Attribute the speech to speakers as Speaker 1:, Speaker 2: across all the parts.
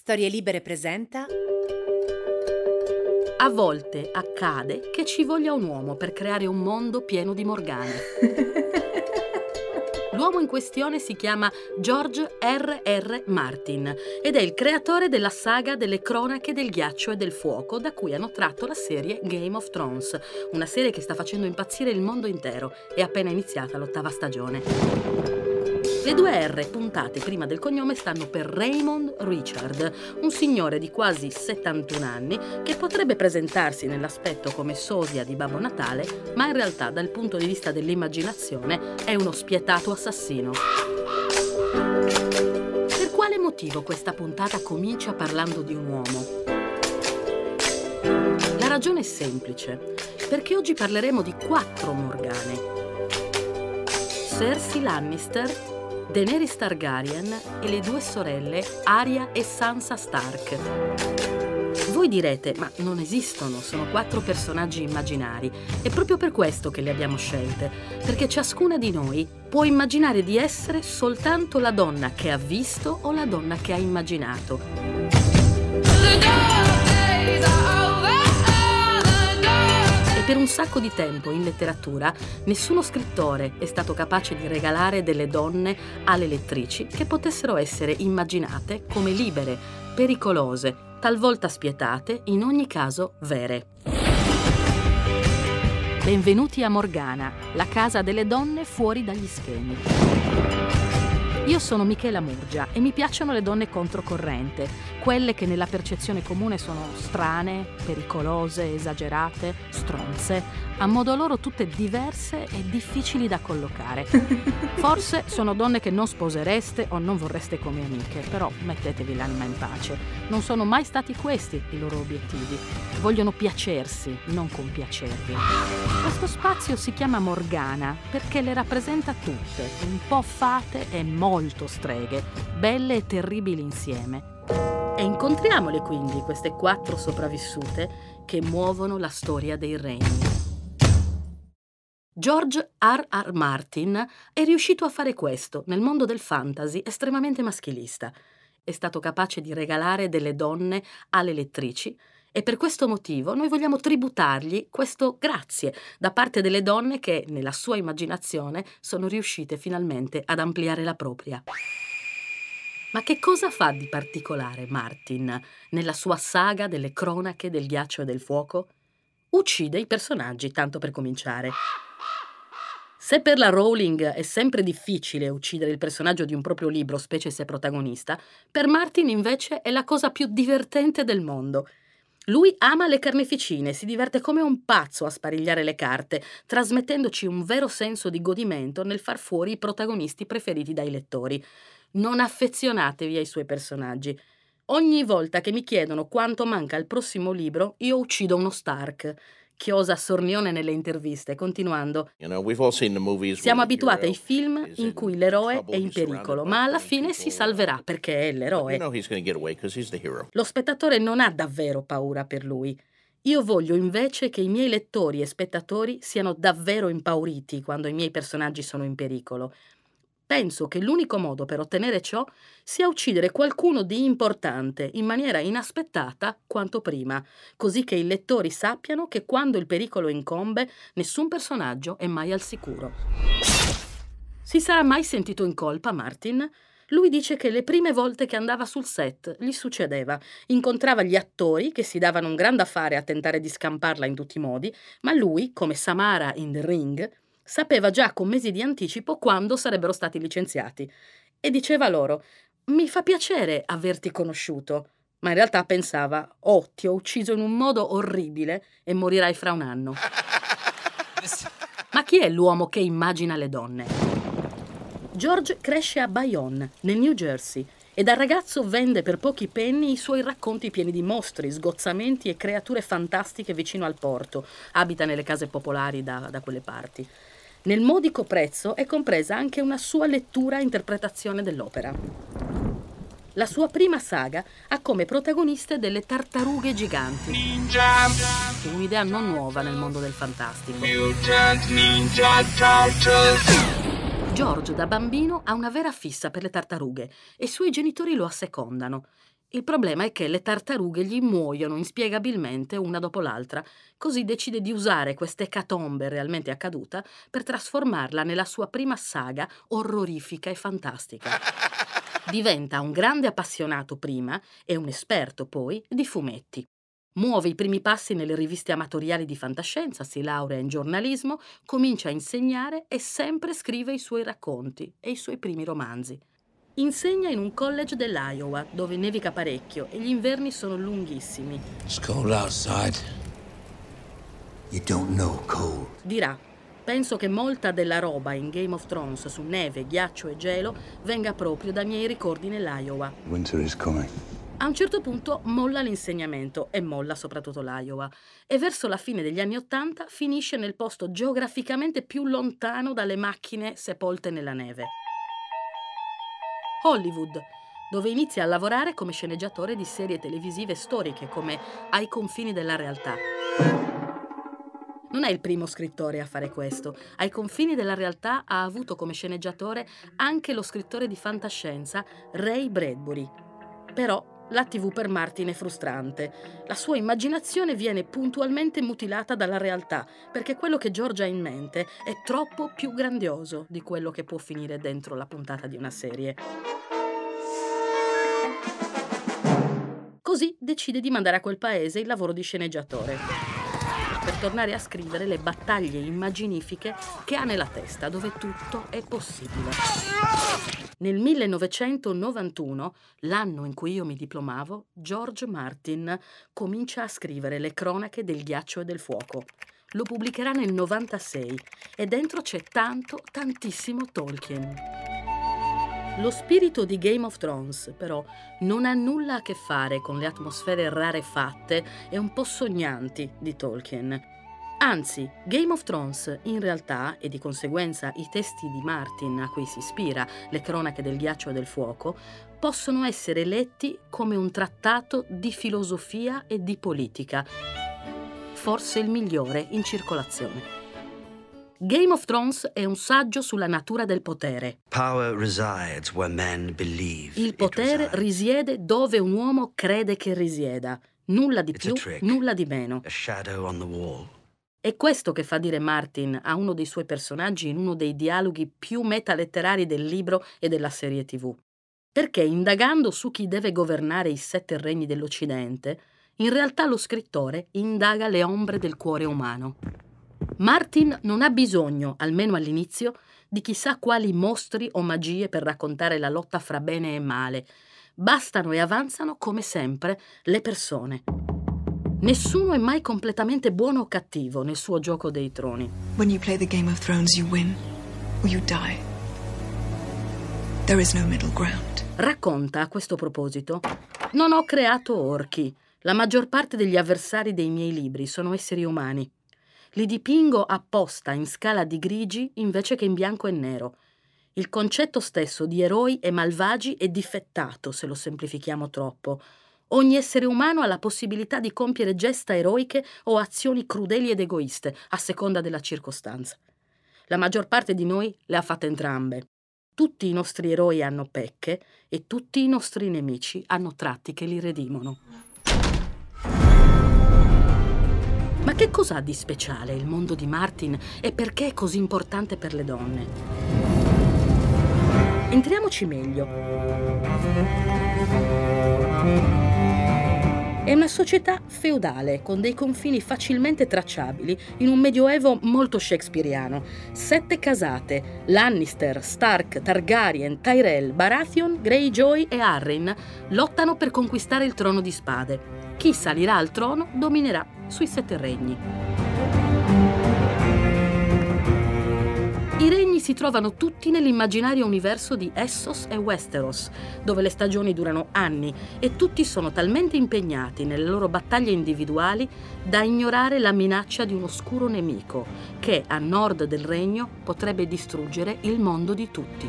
Speaker 1: Storie Libere presenta.
Speaker 2: A volte accade che ci voglia un uomo per creare un mondo pieno di Morgane. L'uomo in questione si chiama George R.R. Martin ed è il creatore della saga delle Cronache del Ghiaccio e del Fuoco, da cui hanno tratto la serie Game of Thrones, una serie che sta facendo impazzire il mondo intero. È appena iniziata l'8ª stagione. Le 2 R puntate prima del cognome stanno per Raymond Richard, un signore di quasi 71 anni che potrebbe presentarsi nell'aspetto come sosia di Babbo Natale, ma in realtà dal punto di vista dell'immaginazione è uno spietato assassino. Per quale motivo questa puntata comincia parlando di un uomo? La ragione è semplice, perché oggi parleremo di 4 Morgane. Cersei Lannister, Daenerys Targaryen e le 2 sorelle Arya e Sansa Stark. Voi direte, ma non esistono, sono 4 personaggi immaginari. È proprio per questo che le abbiamo scelte, perché ciascuna di noi può immaginare di essere soltanto la donna che ha visto o la donna che ha immaginato. Per un sacco di tempo in letteratura nessuno scrittore è stato capace di regalare delle donne alle lettrici che potessero essere immaginate come libere, pericolose, talvolta spietate, in ogni caso vere. Benvenuti a Morgana, la casa delle donne fuori dagli schemi. Io sono Michela Murgia e mi piacciono le donne controcorrente, quelle che nella percezione comune sono strane, pericolose, esagerate, stronze, a modo loro tutte diverse e difficili da collocare. Forse sono donne che non sposereste o non vorreste come amiche, però mettetevi l'anima in pace. Non sono mai stati questi i loro obiettivi. Vogliono piacersi, non compiacervi. Questo spazio si chiama Morgana perché le rappresenta tutte, un po' fate e molto streghe, belle e terribili insieme. E incontriamole quindi, queste 4 sopravvissute che muovono la storia dei regni. George R.R. Martin è riuscito a fare questo nel mondo del fantasy estremamente maschilista. È stato capace di regalare delle donne alle lettrici e per questo motivo noi vogliamo tributargli questo grazie da parte delle donne che, nella sua immaginazione, sono riuscite finalmente ad ampliare la propria. Ma che cosa fa di particolare Martin nella sua saga delle Cronache del Ghiaccio e del Fuoco? Uccide i personaggi, tanto per cominciare. Se per la Rowling è sempre difficile uccidere il personaggio di un proprio libro, specie se protagonista, per Martin invece è la cosa più divertente del mondo. Lui ama le carneficine, si diverte come un pazzo a sparigliare le carte, trasmettendoci un vero senso di godimento nel far fuori i protagonisti preferiti dai lettori. Non affezionatevi ai suoi personaggi. Ogni volta che mi chiedono quanto manca al prossimo libro, io uccido uno Stark. Chiosa sornione nelle interviste, continuando. Siamo abituati ai film in cui l'eroe è in pericolo, ma alla fine si salverà perché è l'eroe. Lo spettatore non ha davvero paura per lui. Io voglio invece che i miei lettori e spettatori siano davvero impauriti quando i miei personaggi sono in pericolo. Penso che l'unico modo per ottenere ciò sia uccidere qualcuno di importante in maniera inaspettata quanto prima, così che i lettori sappiano che quando il pericolo incombe nessun personaggio è mai al sicuro. Si sarà mai sentito in colpa, Martin? Lui dice che le prime volte che andava sul set gli succedeva. Incontrava gli attori che si davano un gran da fare a tentare di scamparla in tutti i modi, ma lui, come Samara in The Ring, sapeva già con mesi di anticipo quando sarebbero stati licenziati e diceva loro: mi fa piacere averti conosciuto, ma in realtà pensava: oh, ti ho ucciso in un modo orribile e morirai fra un anno. Ma chi è l'uomo che immagina le donne? George cresce a Bayonne, nel New Jersey, e da ragazzo vende per pochi penny i suoi racconti pieni di mostri, sgozzamenti e creature fantastiche vicino al porto. Abita nelle case popolari da quelle parti. Nel modico prezzo è compresa anche una sua lettura e interpretazione dell'opera. La sua prima saga ha come protagoniste delle tartarughe giganti. Un'idea non nuova nel mondo del fantastico. George da bambino ha una vera fissa per le tartarughe e i suoi genitori lo assecondano. Il problema è che le tartarughe gli muoiono inspiegabilmente una dopo l'altra, così decide di usare questa ecatombe realmente accaduta per trasformarla nella sua prima saga orrorifica e fantastica. Diventa un grande appassionato prima e un esperto poi di fumetti. Muove i primi passi nelle riviste amatoriali di fantascienza, si laurea in giornalismo, comincia a insegnare e sempre scrive i suoi racconti e i suoi primi romanzi. Insegna in un college dell'Iowa, dove nevica parecchio e gli inverni sono lunghissimi.
Speaker 1: It's cold outside.
Speaker 3: You don't know cold.
Speaker 2: Dirà: penso che molta della roba in Game of Thrones su neve, ghiaccio e gelo venga proprio dai miei ricordi nell'Iowa.
Speaker 3: Winter is coming.
Speaker 2: A un certo punto molla l'insegnamento e molla soprattutto l'Iowa e verso la fine degli anni '80 finisce nel posto geograficamente più lontano dalle macchine sepolte nella neve. Hollywood, dove inizia a lavorare come sceneggiatore di serie televisive storiche come Ai confini della realtà. Non è il primo scrittore a fare questo. Ai confini della realtà ha avuto come sceneggiatore anche lo scrittore di fantascienza Ray Bradbury. Però la TV per Martin è frustrante. La sua immaginazione viene puntualmente mutilata dalla realtà, perché quello che George ha in mente è troppo più grandioso di quello che può finire dentro la puntata di una serie. Così decide di mandare a quel paese il lavoro di sceneggiatore, per tornare a scrivere le battaglie immaginifiche che ha nella testa, dove tutto è possibile. Nel 1991, l'anno in cui io mi diplomavo, George Martin comincia a scrivere le cronache del ghiaccio e del fuoco. Lo pubblicherà nel 96 e dentro c'è tantissimo Tolkien. Lo spirito di Game of Thrones, però, non ha nulla a che fare con le atmosfere rarefatte e un po' sognanti di Tolkien. Anzi, Game of Thrones, in realtà, e di conseguenza i testi di Martin a cui si ispira, le cronache del ghiaccio e del fuoco, possono essere letti come un trattato di filosofia e di politica, forse il migliore in circolazione. Game of Thrones è un saggio sulla natura del potere.
Speaker 4: Power resides where men believe
Speaker 2: Il potere risiede dove un uomo crede che risieda. Nulla di più, nulla di meno.
Speaker 4: a shadow on the wall.
Speaker 2: È questo che fa dire Martin a uno dei suoi personaggi in uno dei dialoghi più metaletterari del libro e della serie TV. Perché indagando su chi deve governare i 7 regni dell'Occidente, in realtà lo scrittore indaga le ombre del cuore umano. Martin non ha bisogno, almeno all'inizio, di chissà quali mostri o magie per raccontare la lotta fra bene e male. Bastano e avanzano, come sempre, le persone. Nessuno è mai completamente buono o cattivo nel suo gioco dei troni.
Speaker 5: When you play the Game of Thrones, you win or you die. There is no middle ground.
Speaker 2: Racconta a questo proposito: non ho creato orchi. La maggior parte degli avversari dei miei libri sono esseri umani. Li dipingo apposta in scala di grigi invece che in bianco e nero. Il concetto stesso di eroi e malvagi è difettato se lo semplifichiamo troppo. Ogni essere umano ha la possibilità di compiere gesta eroiche o azioni crudeli ed egoiste, a seconda della circostanza. La maggior parte di noi le ha fatte entrambe. Tutti i nostri eroi hanno pecche e tutti i nostri nemici hanno tratti che li redimono. Ma che cos'ha di speciale il mondo di Martin e perché è così importante per le donne? Entriamoci meglio. È una società feudale con dei confini facilmente tracciabili in un medioevo molto shakespeariano. 7 casate, Lannister, Stark, Targaryen, Tyrell, Baratheon, Greyjoy e Arryn, lottano per conquistare il trono di spade. Chi salirà al trono dominerà sui 7 regni. I regni si trovano tutti nell'immaginario universo di Essos e Westeros, dove le stagioni durano anni e tutti sono talmente impegnati nelle loro battaglie individuali da ignorare la minaccia di un oscuro nemico che, a nord del regno, potrebbe distruggere il mondo di tutti.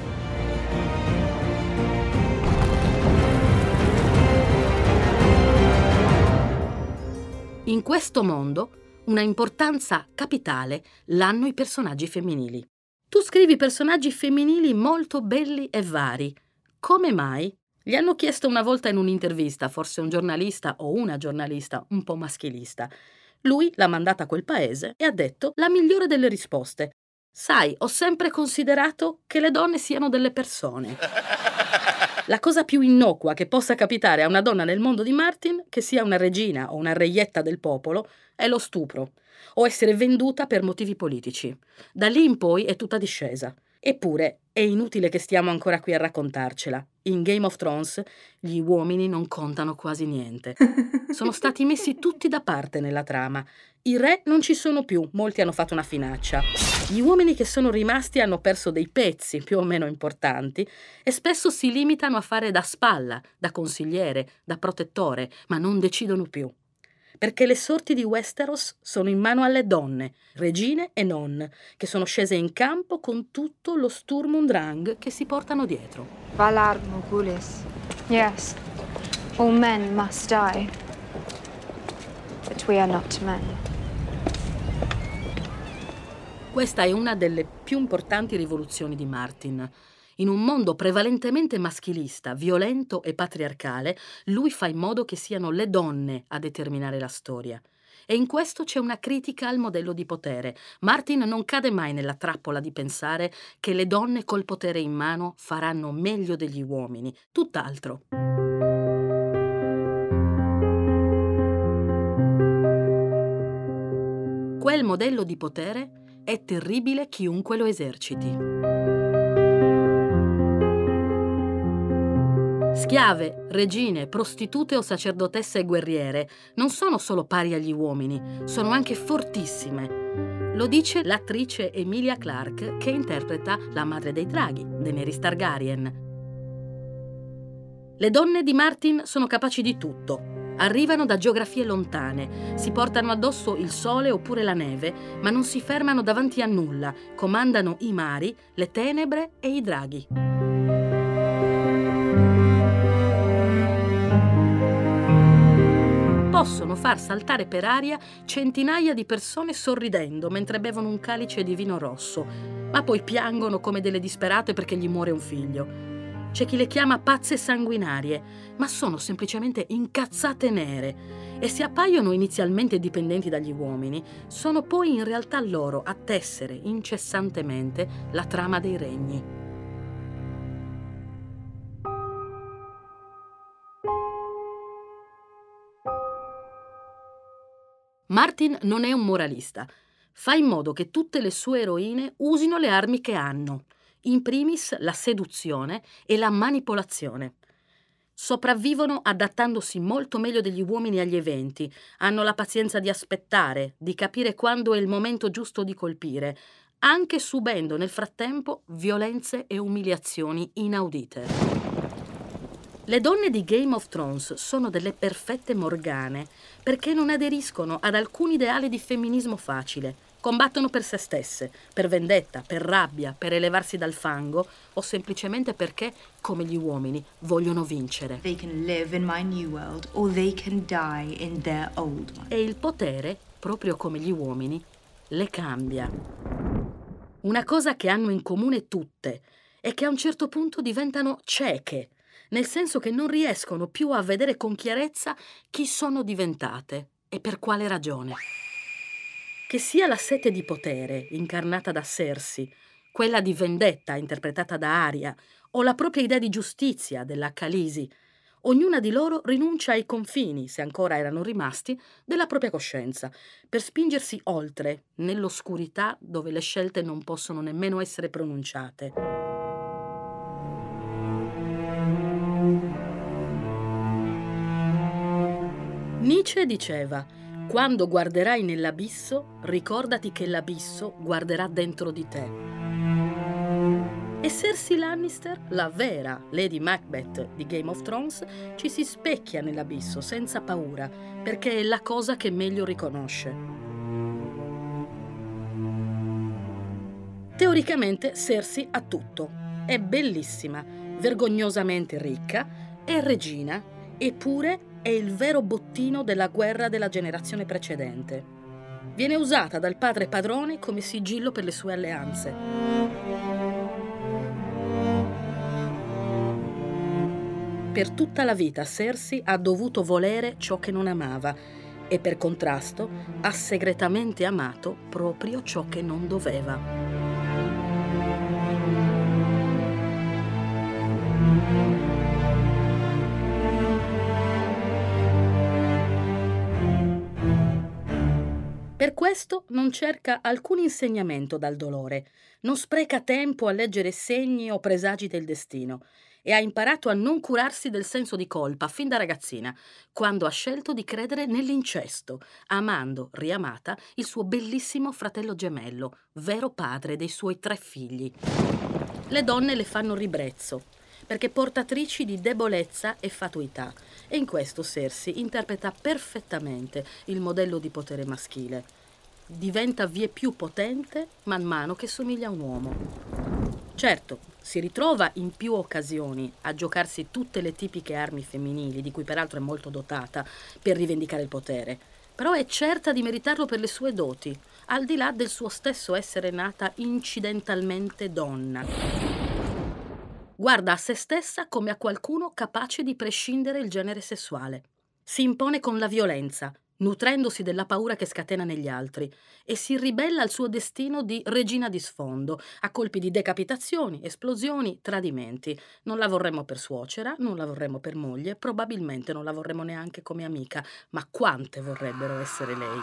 Speaker 2: In questo mondo, una importanza capitale l'hanno i personaggi femminili. Tu scrivi personaggi femminili molto belli e vari. Come mai? Gli hanno chiesto una volta in un'intervista, forse un giornalista o una giornalista un po' maschilista. Lui l'ha mandata a quel paese e ha detto la migliore delle risposte. Sai, ho sempre considerato che le donne siano delle persone. La cosa più innocua che possa capitare a una donna nel mondo di Martin, che sia una regina o una reietta del popolo, è lo stupro o essere venduta per motivi politici. Da lì in poi è tutta discesa. Eppure è inutile che stiamo ancora qui a raccontarcela. In Game of Thrones gli uomini non contano quasi niente. Sono stati messi tutti da parte nella trama. I re non ci sono più, molti hanno fatto una finaccia. Gli uomini che sono rimasti hanno perso dei pezzi più o meno importanti e spesso si limitano a fare da spalla, da consigliere, da protettore, ma non decidono più. Perché le sorti di Westeros sono in mano alle donne, regine e non, che sono scese in campo con tutto lo Sturm und Drang che si portano dietro.
Speaker 1: Valar Morghulis. Yes, all men must die. But we are not men.
Speaker 2: Questa è una delle più importanti rivoluzioni di Martin. In un mondo prevalentemente maschilista, violento e patriarcale, lui fa in modo che siano le donne a determinare la storia. E in questo c'è una critica al modello di potere. Martin non cade mai nella trappola di pensare che le donne col potere in mano faranno meglio degli uomini. Tutt'altro. Quel modello di potere è terribile chiunque lo eserciti. Schiave, regine, prostitute o sacerdotesse e guerriere non sono solo pari agli uomini, sono anche fortissime. Lo dice l'attrice Emilia Clarke che interpreta la madre dei draghi, Daenerys Targaryen. Le donne di Martin sono capaci di tutto. Arrivano da geografie lontane, si portano addosso il sole oppure la neve, ma non si fermano davanti a nulla, comandano i mari, le tenebre e i draghi. Possono far saltare per aria centinaia di persone sorridendo mentre bevono un calice di vino rosso, ma poi piangono come delle disperate perché gli muore un figlio. C'è chi le chiama pazze sanguinarie, ma sono semplicemente incazzate nere e se appaiono inizialmente dipendenti dagli uomini, sono poi in realtà loro a tessere incessantemente la trama dei regni. Martin non è un moralista. Fa in modo che tutte le sue eroine usino le armi che hanno, in primis la seduzione e la manipolazione. Sopravvivono adattandosi molto meglio degli uomini agli eventi, hanno la pazienza di aspettare, di capire quando è il momento giusto di colpire, anche subendo nel frattempo violenze e umiliazioni inaudite. Le donne di Game of Thrones sono delle perfette Morgane perché non aderiscono ad alcun ideale di femminismo facile. Combattono per se stesse, per vendetta, per rabbia, per elevarsi dal fango o semplicemente perché, come gli uomini, vogliono vincere.
Speaker 6: They can live in my new world or they can die in their old one.
Speaker 2: E il potere, proprio come gli uomini, le cambia. Una cosa che hanno in comune tutte è che a un certo punto diventano cieche, nel senso che non riescono più a vedere con chiarezza chi sono diventate e per quale ragione. Che sia la sete di potere, incarnata da Cersei, quella di vendetta, interpretata da Arya, o la propria idea di giustizia della Khaleesi, ognuna di loro rinuncia ai confini, se ancora erano rimasti, della propria coscienza, per spingersi oltre, nell'oscurità dove le scelte non possono nemmeno essere pronunciate. Nietzsche diceva: quando guarderai nell'abisso, ricordati che l'abisso guarderà dentro di te. E Cersei Lannister, la vera Lady Macbeth di Game of Thrones, ci si specchia nell'abisso senza paura, perché è la cosa che meglio riconosce. Teoricamente Cersei ha tutto. È bellissima, vergognosamente ricca, è regina, eppure è il vero bottino della guerra della generazione precedente. Viene usata dal padre padrone come sigillo per le sue alleanze. Per tutta la vita Cersei ha dovuto volere ciò che non amava e per contrasto ha segretamente amato proprio ciò che non doveva. Per questo non cerca alcun insegnamento dal dolore, non spreca tempo a leggere segni o presagi del destino e ha imparato a non curarsi del senso di colpa fin da ragazzina, quando ha scelto di credere nell'incesto, amando, riamata, il suo bellissimo fratello gemello, vero padre dei suoi 3 figli. Le donne le fanno ribrezzo, perché portatrici di debolezza e fatuità, e in questo Cersei interpreta perfettamente il modello di potere maschile. Diventa vieppiù potente man mano che somiglia a un uomo. Certo, si ritrova in più occasioni a giocarsi tutte le tipiche armi femminili, di cui peraltro è molto dotata, per rivendicare il potere, però è certa di meritarlo per le sue doti, al di là del suo stesso essere nata incidentalmente donna. Guarda a se stessa come a qualcuno capace di prescindere il genere sessuale. Si impone con la violenza, nutrendosi della paura che scatena negli altri, e si ribella al suo destino di regina di sfondo, a colpi di decapitazioni, esplosioni, tradimenti. Non la vorremmo per suocera, non la vorremmo per moglie, probabilmente non la vorremmo neanche come amica, ma quante vorrebbero essere lei?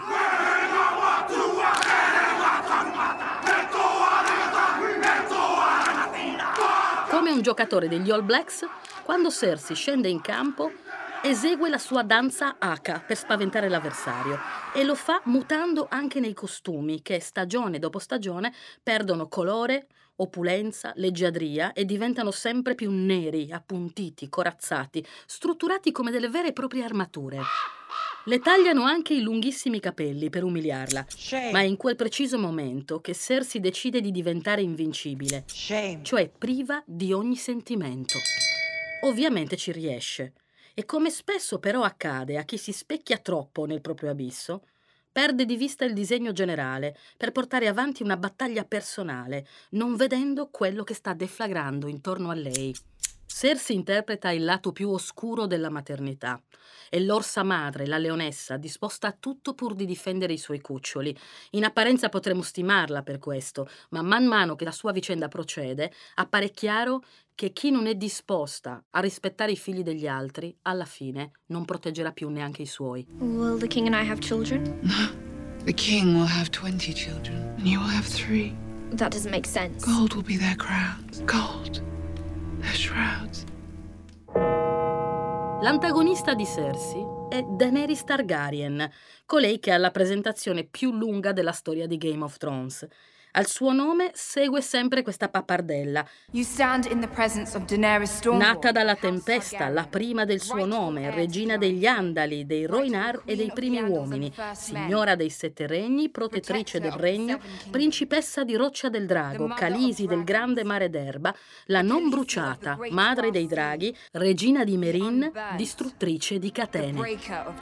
Speaker 2: Come un giocatore degli All Blacks, quando Cersei scende in campo, esegue la sua danza haka per spaventare l'avversario e lo fa mutando anche nei costumi che stagione dopo stagione perdono colore, opulenza, leggiadria e diventano sempre più neri, appuntiti, corazzati, strutturati come delle vere e proprie armature. Le tagliano anche i lunghissimi capelli per umiliarla, ma è in quel preciso momento che Cersei decide di diventare invincibile, cioè priva di ogni sentimento. Ovviamente ci riesce. E come spesso però accade a chi si specchia troppo nel proprio abisso, perde di vista il disegno generale per portare avanti una battaglia personale, non vedendo quello che sta deflagrando intorno a lei. Cersei interpreta il lato più oscuro della maternità. È l'orsa madre, la leonessa, disposta a tutto pur di difendere i suoi cuccioli. In apparenza potremmo stimarla per questo, ma man mano che la sua vicenda procede, appare chiaro che chi non è disposta a rispettare i figli degli altri, alla fine non proteggerà più neanche i suoi.
Speaker 1: Will the king and I have children?
Speaker 5: The king will have 20 children, and you will have 3.
Speaker 1: That doesn't make sense.
Speaker 5: Gold will be their crowns. Gold. Their shrouds.
Speaker 2: L'antagonista di Cersei è Daenerys Targaryen, colei che ha la presentazione più lunga della storia di Game of Thrones. Al suo nome segue sempre questa pappardella.
Speaker 6: You stand in the presence of Daenerys Stormborn.
Speaker 2: Nata dalla tempesta, la prima del suo nome, regina degli Andali, dei Rhoynar e dei primi uomini, signora dei 7 regni, protettrice del regno, principessa di Roccia del Drago, Khaleesi del grande mare d'Erba, la non bruciata, madre dei draghi, regina di Meereen, distruttrice di catene.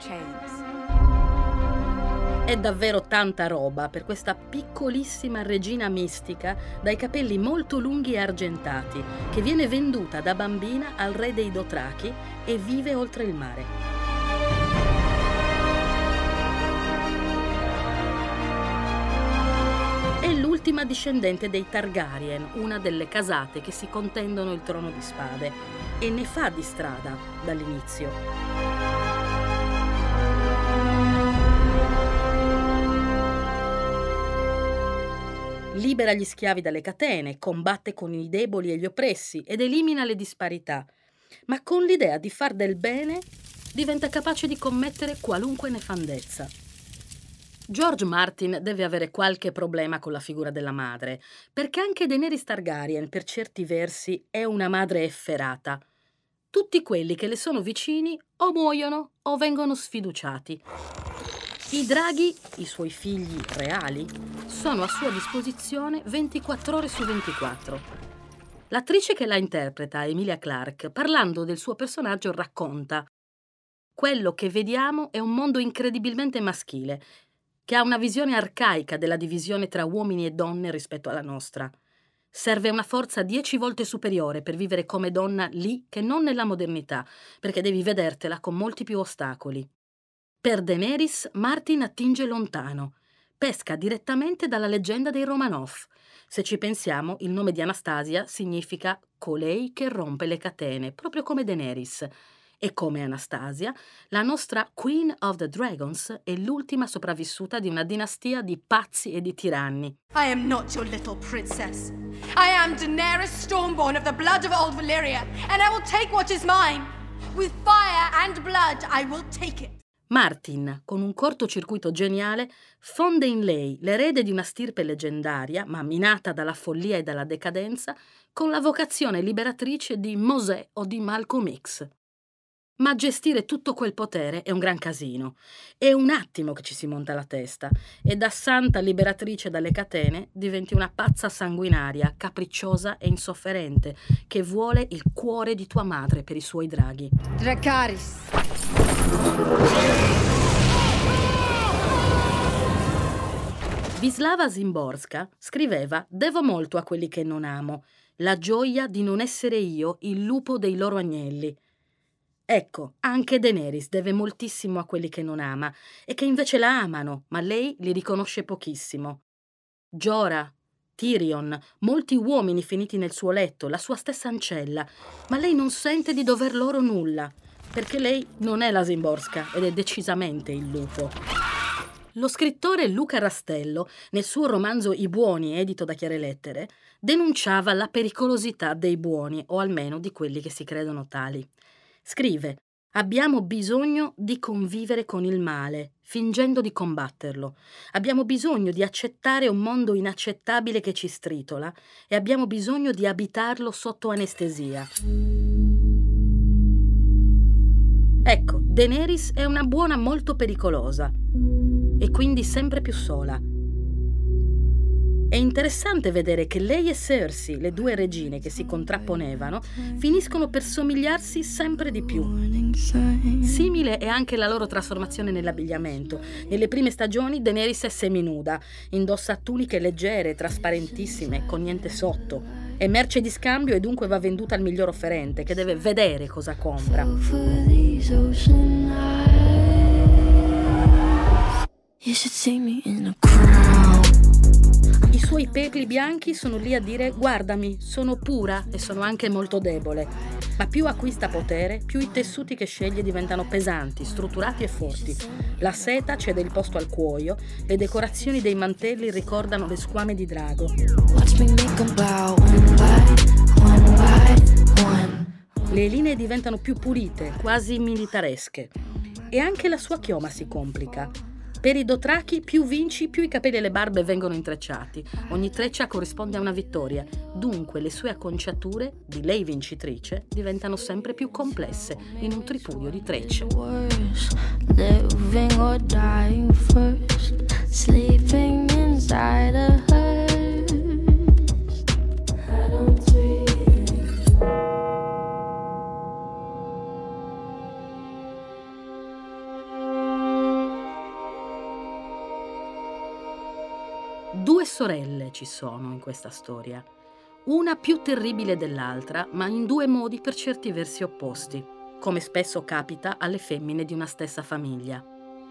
Speaker 2: È davvero tanta roba per questa piccolissima regina mistica dai capelli molto lunghi e argentati, che viene venduta da bambina al re dei Dothraki e vive oltre il mare. È l'ultima discendente dei Targaryen, una delle casate che si contendono il trono di spade, e ne fa di strada dall'inizio. Libera gli schiavi dalle catene, combatte con i deboli e gli oppressi ed elimina le disparità, ma con l'idea di far del bene diventa capace di commettere qualunque nefandezza. George Martin deve avere qualche problema con la figura della madre, perché anche Daenerys Targaryen per certi versi è una madre efferata. Tutti quelli che le sono vicini o muoiono o vengono sfiduciati. I draghi, i suoi figli reali, sono a sua disposizione 24 ore su 24. L'attrice che la interpreta, Emilia Clarke, parlando del suo personaggio racconta: quello che vediamo è un mondo incredibilmente maschile, che ha una visione arcaica della divisione tra uomini e donne rispetto alla nostra. Serve una forza 10 volte superiore per vivere come donna lì che non nella modernità, perché devi vedertela con molti più ostacoli. Per Daenerys, Martin attinge lontano. Pesca direttamente dalla leggenda dei Romanov. Se ci pensiamo, il nome di Anastasia significa colei che rompe le catene, proprio come Daenerys. E come Anastasia, la nostra Queen of the Dragons è l'ultima sopravvissuta di una dinastia di pazzi e di tiranni.
Speaker 7: I am not your little princess. I am Daenerys Stormborn of the blood of old Valyria, and I will take what is mine. With fire and blood, I will take it.
Speaker 2: Martin, con un cortocircuito geniale, fonde in lei l'erede di una stirpe leggendaria, ma minata dalla follia e dalla decadenza, con la vocazione liberatrice di Mosè o di Malcolm X. Ma gestire tutto quel potere è un gran casino. È un attimo che ci si monta la testa e da santa liberatrice dalle catene diventi una pazza sanguinaria, capricciosa e insofferente che vuole il cuore di tua madre per i suoi draghi.
Speaker 1: Dracarys.
Speaker 2: Wisława Szymborska scriveva: «Devo molto a quelli che non amo, la gioia di non essere io il lupo dei loro agnelli». Ecco, anche Daenerys deve moltissimo a quelli che non ama e che invece la amano, ma lei li riconosce pochissimo. Jorah, Tyrion, molti uomini finiti nel suo letto, la sua stessa ancella, ma lei non sente di dover loro nulla, perché lei non è la Szymborska ed è decisamente il lupo. Lo scrittore Luca Rastello, nel suo romanzo I buoni, edito da Chiare Lettere, denunciava la pericolosità dei buoni, o almeno di quelli che si credono tali. Scrive: «Abbiamo bisogno di convivere con il male, fingendo di combatterlo. Abbiamo bisogno di accettare un mondo inaccettabile che ci stritola e abbiamo bisogno di abitarlo sotto anestesia». Ecco, Daenerys è una buona molto pericolosa e quindi sempre più sola. È interessante vedere che lei e Cersei, le due regine che si contrapponevano, finiscono per somigliarsi sempre di più. Simile è anche la loro trasformazione nell'abbigliamento. Nelle prime stagioni Daenerys è seminuda, indossa tuniche leggere, trasparentissime, con niente sotto. È merce di scambio e dunque va venduta al miglior offerente, che deve vedere cosa compra. I suoi pepli bianchi sono lì a dire: guardami, sono pura e sono anche molto debole. Ma più acquista potere, più i tessuti che sceglie diventano pesanti, strutturati e forti. La seta cede il posto al cuoio, le decorazioni dei mantelli ricordano le squame di drago. Le linee diventano più pulite, quasi militaresche. E anche la sua chioma si complica. Per i Dothraki più vinci, più i capelli e le barbe vengono intrecciati. Ogni treccia corrisponde a una vittoria. Dunque le sue acconciature, di lei vincitrice, diventano sempre più complesse, in un tripudio di trecce. Due sorelle ci sono in questa storia, una più terribile dell'altra, ma in due modi per certi versi opposti, come spesso capita alle femmine di una stessa famiglia.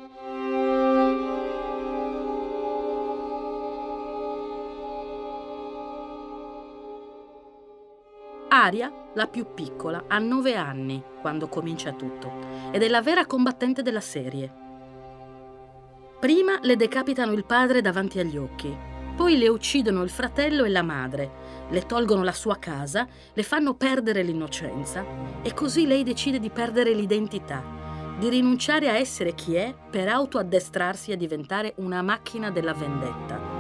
Speaker 2: Arya, la più piccola, ha 9 anni quando comincia tutto ed è la vera combattente della serie. Prima le decapitano il padre davanti agli occhi, poi le uccidono il fratello e la madre, le tolgono la sua casa, le fanno perdere l'innocenza e così lei decide di perdere l'identità, di rinunciare a essere chi è per autoaddestrarsi a diventare una macchina della vendetta.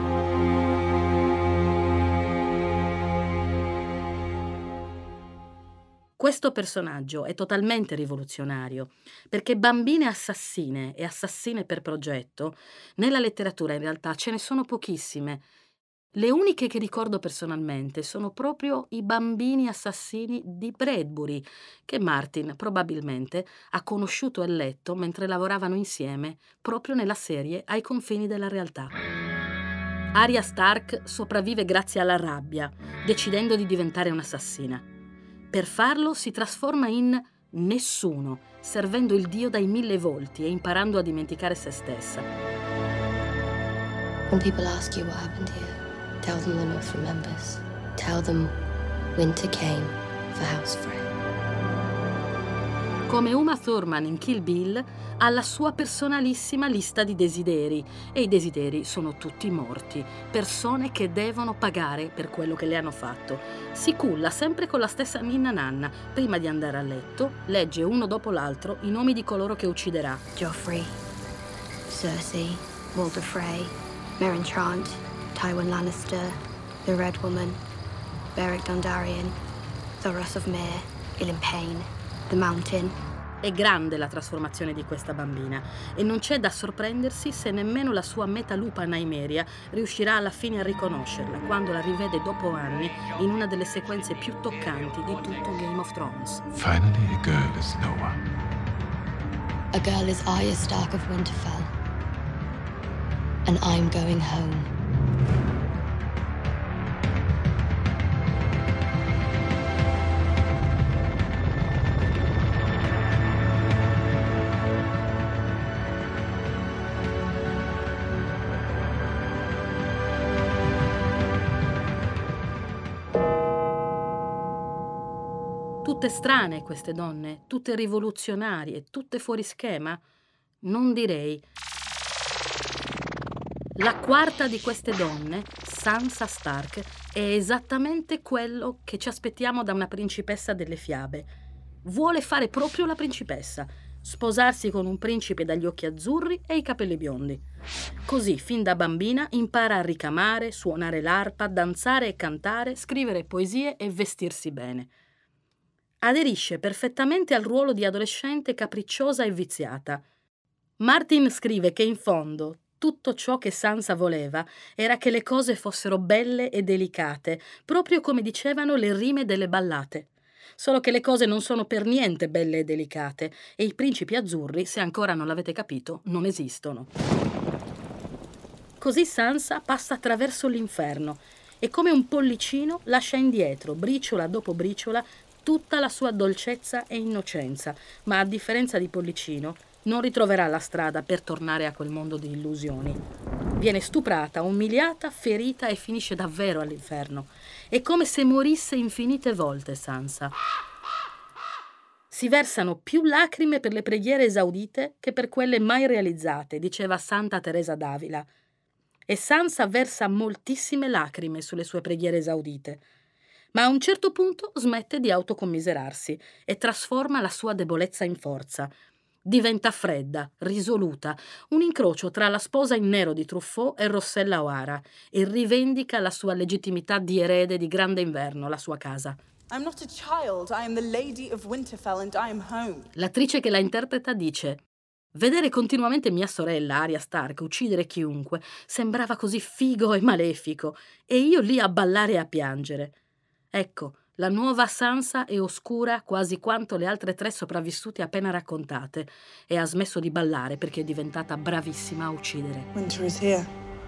Speaker 2: Questo personaggio è totalmente rivoluzionario, perché bambine assassine e assassine per progetto, nella letteratura in realtà ce ne sono pochissime. Le uniche che ricordo personalmente sono proprio i bambini assassini di Bradbury, che Martin probabilmente ha conosciuto e letto mentre lavoravano insieme, proprio nella serie Ai confini della realtà. Arya Stark sopravvive grazie alla rabbia, decidendo di diventare un'assassina. Per farlo si trasforma in nessuno, servendo il dio dai 1000 volti e imparando a dimenticare se stessa.
Speaker 8: When people ask you what happened here, tell them the North remembers. Tell them winter came for House Frey.
Speaker 2: Come Uma Thurman in Kill Bill, ha la sua personalissima lista di desideri, e i desideri sono tutti morti, persone che devono pagare per quello che le hanno fatto. Si culla sempre con la stessa ninna nanna. Prima di andare a letto, legge uno dopo l'altro i nomi di coloro che ucciderà.
Speaker 8: Joffrey, Cersei, Walder Frey, Meryn Trant, Tywin Lannister, the Red Woman, Beric Dondarrion, Thoros of Myr, Ilyn Payne, The Mountain.
Speaker 2: È grande la trasformazione di questa bambina e non c'è da sorprendersi se nemmeno la sua metalupa Nymeria riuscirà alla fine a riconoscerla quando la rivede dopo anni in una delle sequenze più toccanti di tutto Game of Thrones.
Speaker 9: Finally a girl is Noah.
Speaker 8: A girl is Arya Stark of Winterfell. And I'm going home.
Speaker 2: Tutte strane queste donne, tutte rivoluzionarie, tutte fuori schema? Non direi. La quarta di queste donne, Sansa Stark, è esattamente quello che ci aspettiamo da una principessa delle fiabe. Vuole fare proprio la principessa, sposarsi con un principe dagli occhi azzurri e i capelli biondi. Così, fin da bambina, impara a ricamare, suonare l'arpa, danzare e cantare, scrivere poesie e vestirsi bene. Aderisce perfettamente al ruolo di adolescente capricciosa e viziata. Martin scrive che in fondo tutto ciò che Sansa voleva era che le cose fossero belle e delicate, proprio come dicevano le rime delle ballate. Solo che le cose non sono per niente belle e delicate e i principi azzurri, se ancora non l'avete capito, non esistono. Così Sansa passa attraverso l'inferno e come un pollicino lascia indietro, briciola dopo briciola, tutta la sua dolcezza e innocenza, ma a differenza di Pollicino non ritroverà la strada per tornare a quel mondo di illusioni. Viene stuprata, umiliata, ferita e finisce davvero all'inferno. È come se morisse infinite volte Sansa. Si versano più lacrime per le preghiere esaudite che per quelle mai realizzate, diceva Santa Teresa d'Avila. E Sansa versa moltissime lacrime sulle sue preghiere esaudite. Ma a un certo punto smette di autocommiserarsi e trasforma la sua debolezza in forza. Diventa fredda, risoluta, un incrocio tra la sposa in nero di Truffaut e Rossella O'Hara, e rivendica la sua legittimità di erede di Grande Inverno, la sua casa.
Speaker 10: I'm not a child, I am the Lady of Winterfell and I am home.
Speaker 2: L'attrice che la interpreta dice: vedere continuamente mia sorella, Arya Stark, uccidere chiunque, sembrava così figo e malefico, e io lì a ballare e a piangere. Ecco, la nuova Sansa è oscura quasi quanto le altre 3 sopravvissute appena raccontate e ha smesso di ballare perché è diventata bravissima a uccidere.
Speaker 10: Winter is here.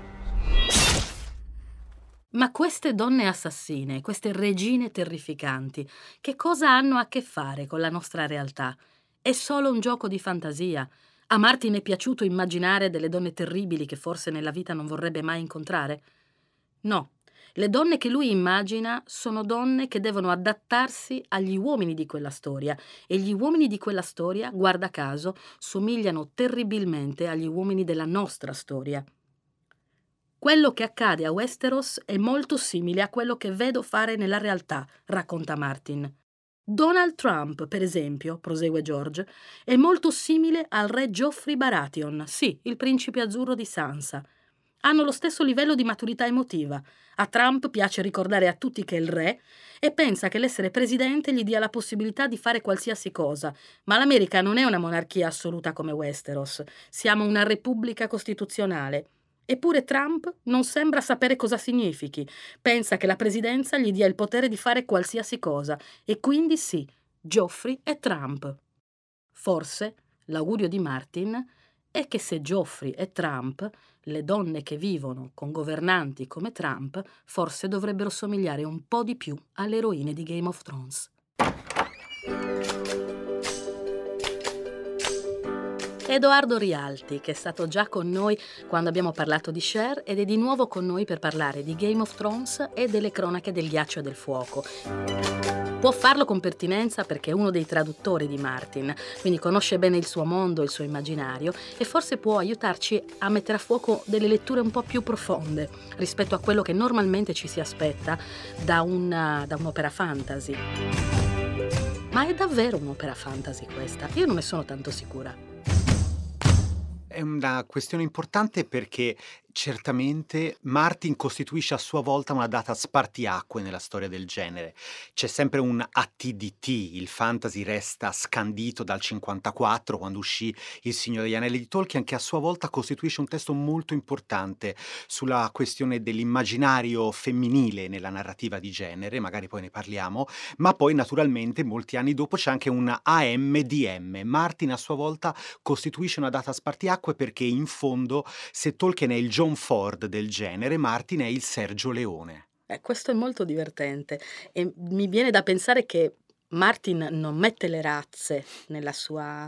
Speaker 2: Ma queste donne assassine, queste regine terrificanti, che cosa hanno a che fare con la nostra realtà? È solo un gioco di fantasia. A Martin è piaciuto immaginare delle donne terribili che forse nella vita non vorrebbe mai incontrare? No. Le donne che lui immagina sono donne che devono adattarsi agli uomini di quella storia e gli uomini di quella storia, guarda caso, somigliano terribilmente agli uomini della nostra storia. Quello che accade a Westeros è molto simile a quello che vedo fare nella realtà, racconta Martin. Donald Trump, per esempio, prosegue George, è molto simile al re Joffrey Baratheon, sì, il principe azzurro di Sansa. Hanno lo stesso livello di maturità emotiva. A Trump piace ricordare a tutti che è il re e pensa che l'essere presidente gli dia la possibilità di fare qualsiasi cosa. Ma l'America non è una monarchia assoluta come Westeros. Siamo una repubblica costituzionale. Eppure Trump non sembra sapere cosa significhi. Pensa che la presidenza gli dia il potere di fare qualsiasi cosa. E quindi sì, Joffrey è Trump. Forse l'augurio di Martin è che se Joffrey è Trump, le donne che vivono con governanti come Trump forse dovrebbero somigliare un po' di più alle eroine di Game of Thrones. Edoardo Rialti, che è stato già con noi quando abbiamo parlato di Cher ed è di nuovo con noi per parlare di Game of Thrones e delle cronache del ghiaccio e del fuoco. Può farlo con pertinenza perché è uno dei traduttori di Martin, quindi conosce bene il suo mondo, il suo immaginario e forse può aiutarci a mettere a fuoco delle letture un po' più profonde rispetto a quello che normalmente ci si aspetta da un'opera fantasy. Ma è davvero un'opera fantasy questa? Io non ne sono tanto sicura.
Speaker 11: È una questione importante perché certamente Martin costituisce a sua volta una data spartiacque nella storia del genere. C'è sempre un ATDT, il fantasy resta scandito dal 54 quando uscì Il Signore degli Anelli di Tolkien, che a sua volta costituisce un testo molto importante sulla questione dell'immaginario femminile nella narrativa di genere, magari poi ne parliamo, ma poi naturalmente molti anni dopo c'è anche un AMDM. Martin a sua volta costituisce una data spartiacque perché in fondo se Tolkien è il John Ford del genere, Martin è il Sergio Leone.
Speaker 2: Questo è molto divertente e mi viene da pensare che Martin non mette le razze nella sua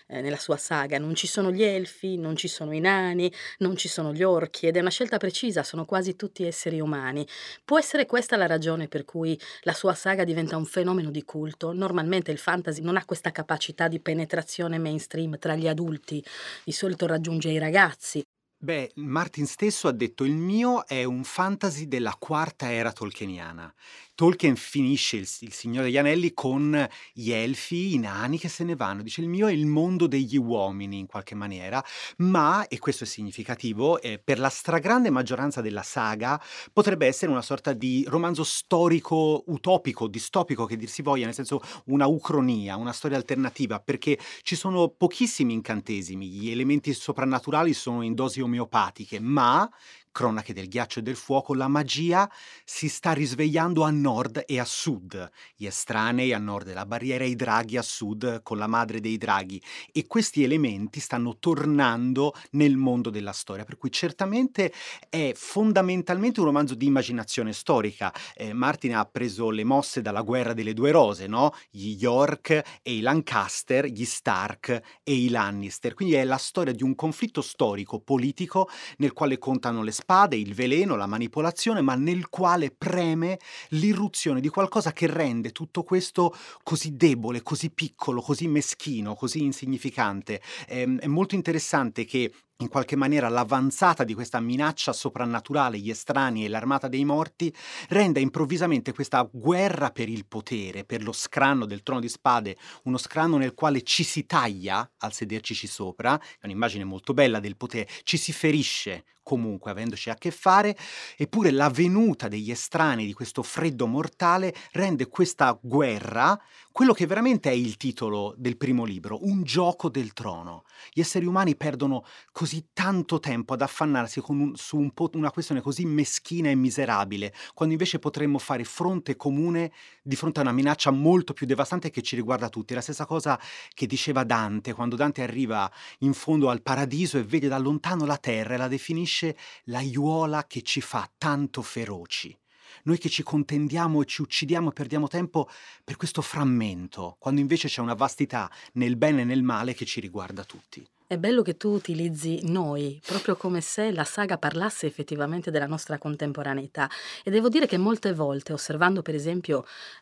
Speaker 2: saga, non ci sono gli elfi, non ci sono i nani, non ci sono gli orchi ed è una scelta precisa, sono quasi tutti esseri umani. Può essere questa la ragione per cui la sua saga diventa un fenomeno di culto? Normalmente il fantasy non ha questa capacità di penetrazione mainstream tra gli adulti, di solito raggiunge i ragazzi.
Speaker 11: Beh, Martin stesso ha detto: il mio è un fantasy della quarta era tolkieniana. Tolkien finisce il Signore degli Anelli con gli elfi, i nani che se ne vanno. Dice: il mio è il mondo degli uomini, in qualche maniera, ma, e questo è significativo, per la stragrande maggioranza della saga potrebbe essere una sorta di romanzo storico, utopico, distopico, che dir si voglia, nel senso una ucronia, una storia alternativa, perché ci sono pochissimi incantesimi, gli elementi soprannaturali sono in dosi omeopatiche, ma Cronache del ghiaccio e del fuoco, la magia si sta risvegliando a nord e a sud, gli estranei a nord della barriera e i draghi a sud con la madre dei draghi, e questi elementi stanno tornando nel mondo della storia, per cui certamente è fondamentalmente un romanzo di immaginazione storica. Martin ha preso le mosse dalla Guerra delle Due Rose, no? Gli York e i Lancaster, gli Stark e i Lannister, quindi è la storia di un conflitto storico politico nel quale contano le spade, il veleno, la manipolazione, ma nel quale preme l'irruzione di qualcosa che rende tutto questo così debole, così piccolo, così meschino, così insignificante. È molto interessante che in qualche maniera l'avanzata di questa minaccia soprannaturale, gli estranei e l'armata dei morti, renda improvvisamente questa guerra per il potere, per lo scranno del Trono di Spade, uno scranno nel quale ci si taglia al sedercici sopra, è un'immagine molto bella del potere, ci si ferisce comunque avendoci a che fare, eppure la venuta degli estranei, di questo freddo mortale, rende questa guerra quello che veramente è il titolo del primo libro, un gioco del trono. Gli esseri umani perdono così tanto tempo ad affannarsi su una questione così meschina e miserabile, quando invece potremmo fare fronte comune di fronte a una minaccia molto più devastante che ci riguarda tutti. È la stessa cosa che diceva Dante, quando Dante arriva in fondo al paradiso e vede da lontano la terra e la definisce l'aiuola che ci fa tanto feroci. Noi che ci contendiamo e ci uccidiamo e perdiamo tempo per questo frammento, quando invece c'è una vastità nel bene e nel male che ci riguarda tutti.
Speaker 2: È bello che tu utilizzi noi, proprio come se la saga parlasse effettivamente della nostra contemporaneità. E devo dire che molte volte, osservando per esempio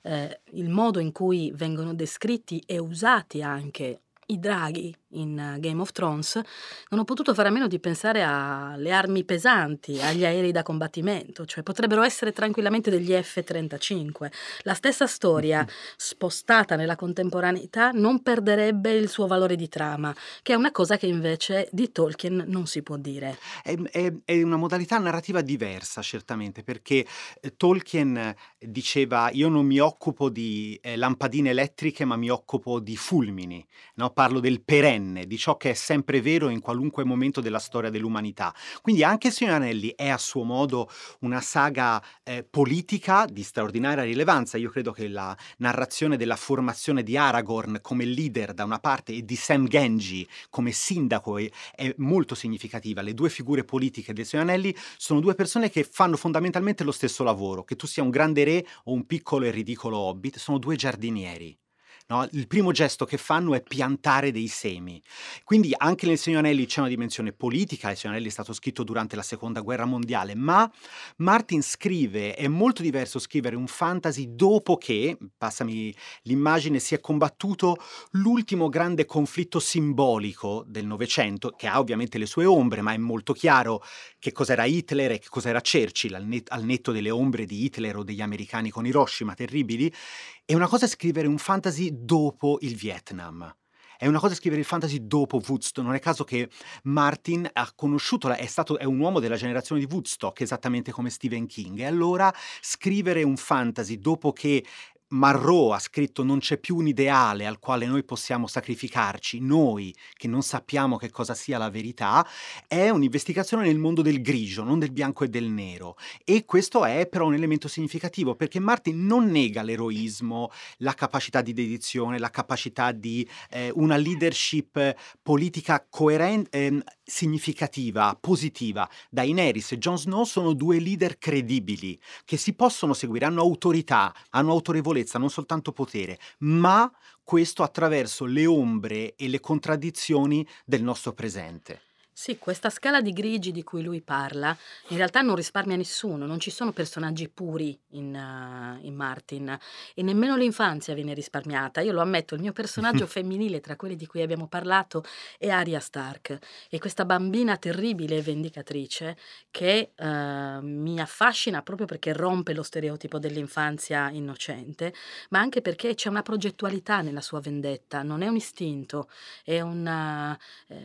Speaker 2: il modo in cui vengono descritti e usati anche i draghi in Game of Thrones, non ho potuto fare a meno di pensare alle armi pesanti, agli aerei da combattimento, cioè potrebbero essere tranquillamente degli F-35. La stessa storia, spostata nella contemporaneità, non perderebbe il suo valore di trama, che è una cosa che invece di Tolkien non si può dire.
Speaker 11: È una modalità narrativa diversa, certamente, perché Tolkien diceva: io non mi occupo di lampadine elettriche, ma mi occupo di fulmini, no? parlo del perenne, di ciò che è sempre vero in qualunque momento della storia dell'umanità. Quindi anche Il Signore degli Anelli è a suo modo una saga politica di straordinaria rilevanza. Io credo che la narrazione della formazione di Aragorn come leader da una parte e di Sam Genji come sindaco è molto significativa. Le due figure politiche del Signore degli Anelli sono due persone che fanno fondamentalmente lo stesso lavoro, che tu sia un grande re o un piccolo e ridicolo hobbit, sono due giardinieri. No? Il primo gesto che fanno è piantare dei semi. Quindi anche nel Signore degli Anelli c'è una dimensione politica. Il Signore degli Anelli è stato scritto durante la Seconda Guerra Mondiale, ma Martin scrive, è molto diverso scrivere un fantasy dopo che, passami l'immagine, si è combattuto l'ultimo grande conflitto simbolico del Novecento, che ha ovviamente le sue ombre, ma è molto chiaro che cos'era Hitler e che cos'era Churchill, al netto delle ombre di Hitler o degli americani con Hiroshima terribili. E una cosa è scrivere un fantasy dopo il Vietnam. È una cosa scrivere il fantasy dopo Woodstock. Non è caso che Martin ha conosciuto, è un uomo della generazione di Woodstock, esattamente come Stephen King. E allora scrivere un fantasy dopo che Marrow ha scritto non c'è più un ideale al quale noi possiamo sacrificarci, noi che non sappiamo che cosa sia la verità, è un'investigazione nel mondo del grigio, non del bianco e del nero. E questo è però un elemento significativo, perché Martin non nega l'eroismo, la capacità di dedizione, la capacità di una leadership politica coerente, significativa, positiva. Daenerys e Jon Snow sono due leader credibili, che si possono seguire, hanno autorità, hanno autorevolezza, non soltanto potere, ma questo attraverso le ombre e le contraddizioni del nostro presente.
Speaker 2: Sì, questa scala di grigi di cui lui parla in realtà non risparmia nessuno, non ci sono personaggi puri in Martin e nemmeno l'infanzia viene risparmiata. Io lo ammetto, il mio personaggio femminile tra quelli di cui abbiamo parlato è Arya Stark, e questa bambina terribile e vendicatrice che mi affascina proprio perché rompe lo stereotipo dell'infanzia innocente, ma anche perché c'è una progettualità nella sua vendetta, non è un istinto, è una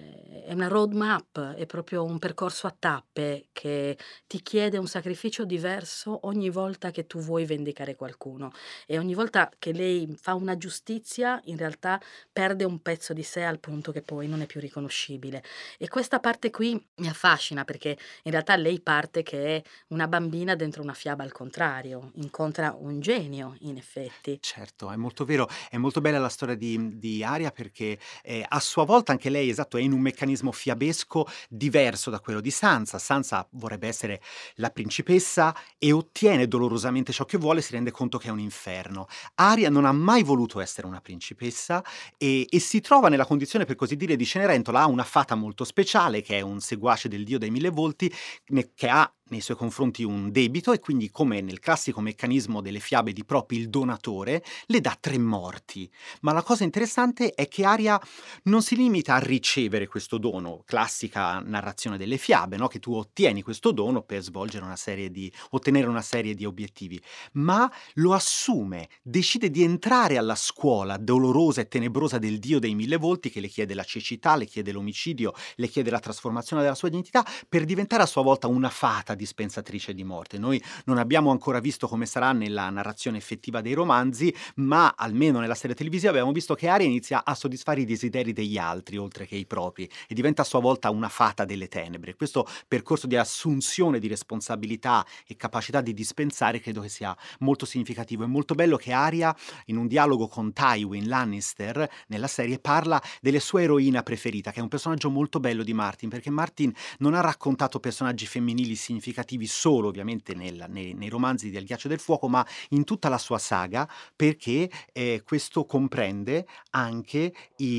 Speaker 2: roadmap. È proprio un percorso a tappe che ti chiede un sacrificio diverso ogni volta che tu vuoi vendicare qualcuno, e ogni volta che lei fa una giustizia in realtà perde un pezzo di sé al punto che poi non è più riconoscibile. E questa parte qui mi affascina perché in realtà lei parte che è una bambina dentro una fiaba al contrario, incontra un genio in effetti.
Speaker 11: Certo, è molto vero, è molto bella la storia di Arya perché a sua volta anche lei, esatto, è in un meccanismo fiabesco diverso da quello di Sansa. Sansa vorrebbe essere la principessa e ottiene dolorosamente ciò che vuole, si rende conto che è un inferno. Arya non ha mai voluto essere una principessa e si trova nella condizione, per così dire, di Cenerentola. Ha una fata molto speciale che è un seguace del dio dei mille volti, che ha nei suoi confronti un debito, e quindi, come nel classico meccanismo delle fiabe di Propi, il donatore le dà 3 morti. Ma la cosa interessante è che Arya non si limita a ricevere questo dono, classica narrazione delle fiabe, no? Che tu ottieni questo dono per svolgere ottenere una serie di obiettivi, ma lo assume, decide di entrare alla scuola dolorosa e tenebrosa del dio dei mille volti, che le chiede la cecità, le chiede l'omicidio, le chiede la trasformazione della sua identità, per diventare a sua volta una fata dispensatrice di morte. Noi non abbiamo ancora visto come sarà nella narrazione effettiva dei romanzi, ma almeno nella serie televisiva abbiamo visto che Arya inizia a soddisfare i desideri degli altri oltre che i propri e diventa a sua volta una fata delle tenebre. Questo percorso di assunzione di responsabilità e capacità di dispensare credo che sia molto significativo. È molto bello che Arya, in un dialogo con Tywin Lannister nella serie, parla delle sue eroina preferita, che è un personaggio molto bello di Martin, perché Martin non ha raccontato personaggi femminili significativi solo ovviamente nei romanzi del Ghiaccio del Fuoco, ma in tutta la sua saga, perché questo comprende anche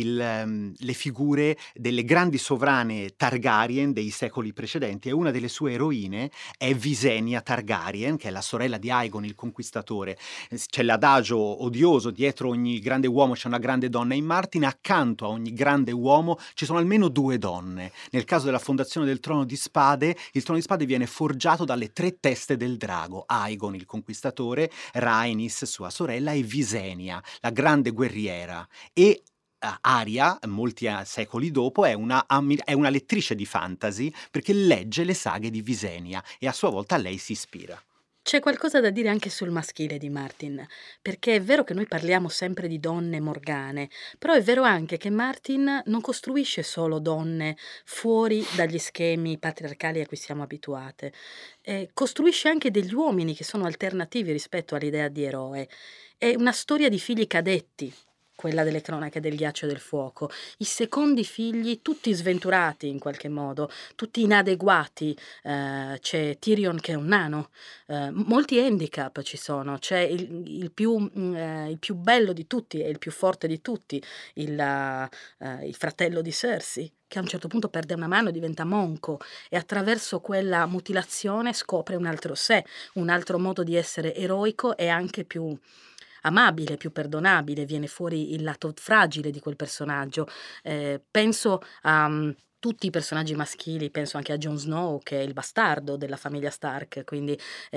Speaker 11: le figure delle grandi sovrane Targaryen dei secoli precedenti, e una delle sue eroine è Visenya Targaryen, che è la sorella di Aegon il Conquistatore. C'è l'adagio odioso: dietro ogni grande uomo c'è una grande donna. In Martin, accanto a ogni grande uomo ci sono almeno 2 donne. Nel caso della fondazione del Trono di Spade, il Trono di Spade viene forgiato dalle 3 teste del drago: Aegon il Conquistatore, Rhaenys sua sorella e Visenya, la grande guerriera. E Arya, molti secoli dopo, è una lettrice di fantasy perché legge le saghe di Visenya e a sua volta a lei si ispira.
Speaker 2: C'è qualcosa da dire anche sul maschile di Martin, perché è vero che noi parliamo sempre di donne morgane, però è vero anche che Martin non costruisce solo donne fuori dagli schemi patriarcali a cui siamo abituate, costruisce anche degli uomini che sono alternativi rispetto all'idea di eroe. È una storia di figli cadetti, quella delle cronache del ghiaccio e del fuoco. I secondi figli, tutti sventurati in qualche modo, tutti inadeguati. C'è Tyrion che è un nano, molti handicap ci sono. C'è il più bello di tutti e il più forte di tutti, il fratello di Cersei, che a un certo punto perde una mano e diventa monco e attraverso quella mutilazione scopre un altro sé, un altro modo di essere eroico e anche più amabile, più perdonabile, viene fuori il lato fragile di quel personaggio. Penso a tutti i personaggi maschili, penso anche a Jon Snow, che è il bastardo della famiglia Stark, quindi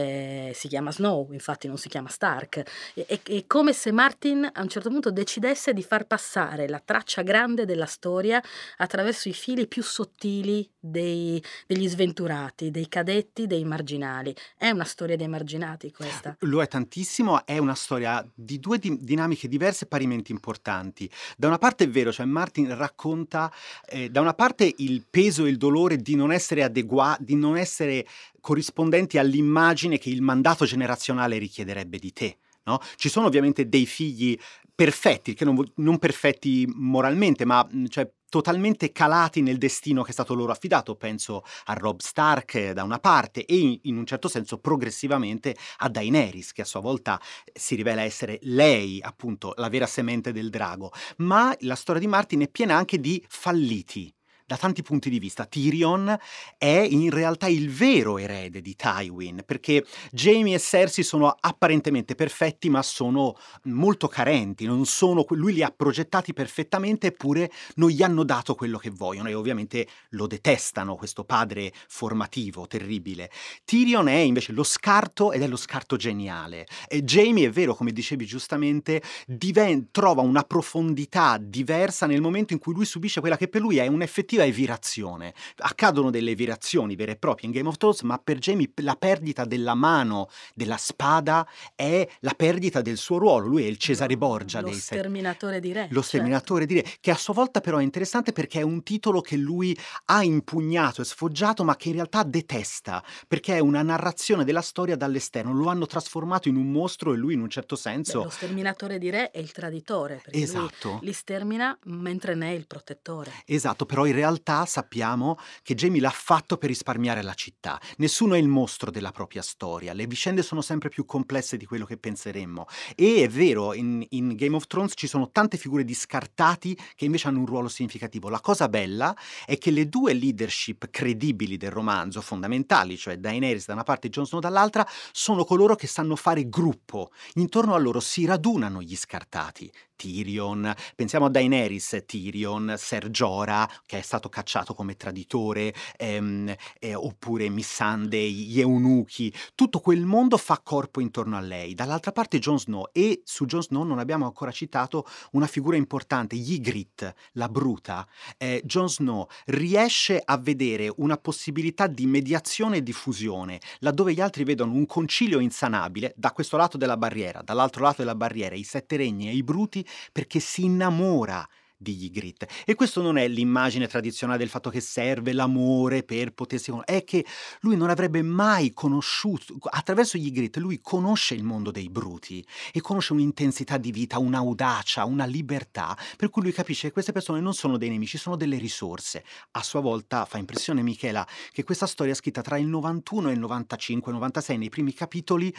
Speaker 2: si chiama Snow, infatti non si chiama Stark. È come se Martin a un certo punto decidesse di far passare la traccia grande della storia attraverso i fili più sottili degli sventurati, dei cadetti, dei marginali. È una storia dei marginati questa.
Speaker 11: Lo è tantissimo, è una storia di due dinamiche diverse parimenti importanti. Da una parte è vero, cioè Martin racconta da una parte il peso e il dolore di non essere di non essere corrispondenti all'immagine che il mandato generazionale richiederebbe di te. No? Ci sono ovviamente dei figli perfetti, che non perfetti moralmente, ma cioè totalmente calati nel destino che è stato loro affidato. Penso a Robb Stark da una parte e in un certo senso progressivamente a Daenerys, che a sua volta si rivela essere lei appunto la vera semente del drago. Ma la storia di Martin è piena anche di falliti da tanti punti di vista. Tyrion è in realtà il vero erede di Tywin, perché Jaime e Cersei sono apparentemente perfetti ma sono molto carenti, lui li ha progettati perfettamente eppure non gli hanno dato quello che vogliono e ovviamente lo detestano, questo padre formativo terribile. Tyrion è invece lo scarto ed è lo scarto geniale. E Jaime, è vero, come dicevi giustamente, trova una profondità diversa nel momento in cui lui subisce quella che per lui è un'effettiva evirazione. Accadono delle evirazioni vere e proprie in Game of Thrones, ma per Jaime la perdita della mano, della spada, è la perdita del suo ruolo. Lui è il Cesare Borgia
Speaker 2: lo sterminatore di re.
Speaker 11: Lo sterminatore di re, che a sua volta però è interessante perché è un titolo che lui ha impugnato e sfoggiato, ma che in realtà detesta, perché è una narrazione della storia dall'esterno. Lo hanno trasformato in un mostro e lui in un certo senso...
Speaker 2: Lo sterminatore di re è il traditore, perché
Speaker 11: esatto.
Speaker 2: Lui li stermina mentre ne è il protettore.
Speaker 11: Esatto, però in realtà sappiamo che Jaime l'ha fatto per risparmiare la città. Nessuno è il mostro della propria storia, le vicende sono sempre più complesse di quello che penseremmo. E è vero, in Game of Thrones ci sono tante figure di scartati che invece hanno un ruolo significativo. La cosa bella è che le due leadership credibili del romanzo, fondamentali, cioè Daenerys da una parte e Jon Snow dall'altra, sono coloro che sanno fare gruppo. Intorno a loro si radunano gli scartati. Tyrion, pensiamo a Daenerys, Tyrion, Ser Jorah, che è stato cacciato come traditore, oppure Missandei, gli eunuchi, tutto quel mondo fa corpo intorno a lei. Dall'altra parte Jon Snow, e su Jon Snow non abbiamo ancora citato una figura importante, Ygritte, la bruta. Jon Snow riesce a vedere una possibilità di mediazione e di fusione, laddove gli altri vedono un concilio insanabile, da questo lato della barriera, dall'altro lato della barriera, i sette regni e i bruti, perché si innamora di Ygritte. E questo non è l'immagine tradizionale del fatto che serve l'amore per potersi conoscere, è che lui non avrebbe mai conosciuto, attraverso Ygritte lui conosce il mondo dei bruti e conosce un'intensità di vita, un'audacia, una libertà, per cui lui capisce che queste persone non sono dei nemici, sono delle risorse. A sua volta fa impressione, Michela, che questa storia scritta tra il 91 e il 95-96 nei primi capitoli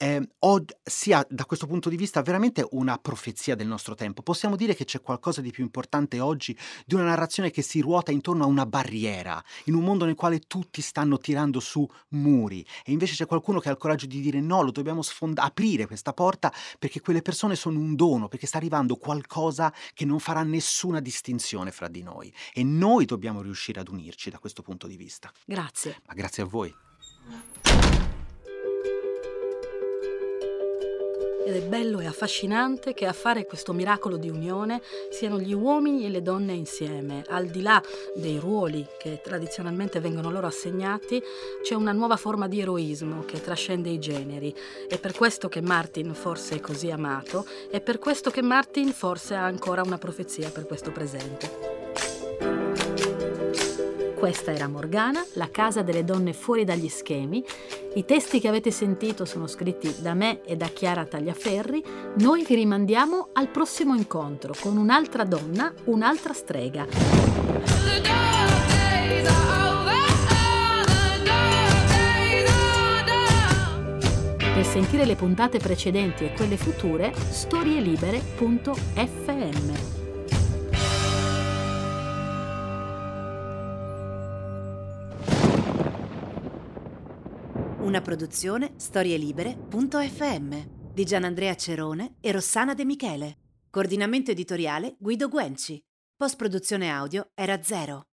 Speaker 11: sia da questo punto di vista veramente una profezia del nostro tempo. Possiamo dire che c'è qualcosa di più importante oggi di una narrazione che si ruota intorno a una barriera, in un mondo nel quale tutti stanno tirando su muri, e invece c'è qualcuno che ha il coraggio di dire no, lo dobbiamo aprire questa porta, perché quelle persone sono un dono, perché sta arrivando qualcosa che non farà nessuna distinzione fra di noi, e noi dobbiamo riuscire ad unirci da questo punto di vista.
Speaker 2: Grazie.
Speaker 11: Ma grazie a voi.
Speaker 2: Ed è bello e affascinante che a fare questo miracolo di unione siano gli uomini e le donne insieme. Al di là dei ruoli che tradizionalmente vengono loro assegnati, c'è una nuova forma di eroismo che trascende i generi. È per questo che Martin forse è così amato, è per questo che Martin forse ha ancora una profezia per questo presente. Questa era Morgana, la casa delle donne fuori dagli schemi. I testi che avete sentito sono scritti da me e da Chiara Tagliaferri. Noi vi rimandiamo al prossimo incontro con un'altra donna, un'altra strega. Per sentire le puntate precedenti e quelle future, storielibere.fm.
Speaker 12: Una produzione storielibere.fm di Gianandrea Cerone e Rossana De Michele. Coordinamento editoriale Guido Guenci. Post-produzione audio era Zero.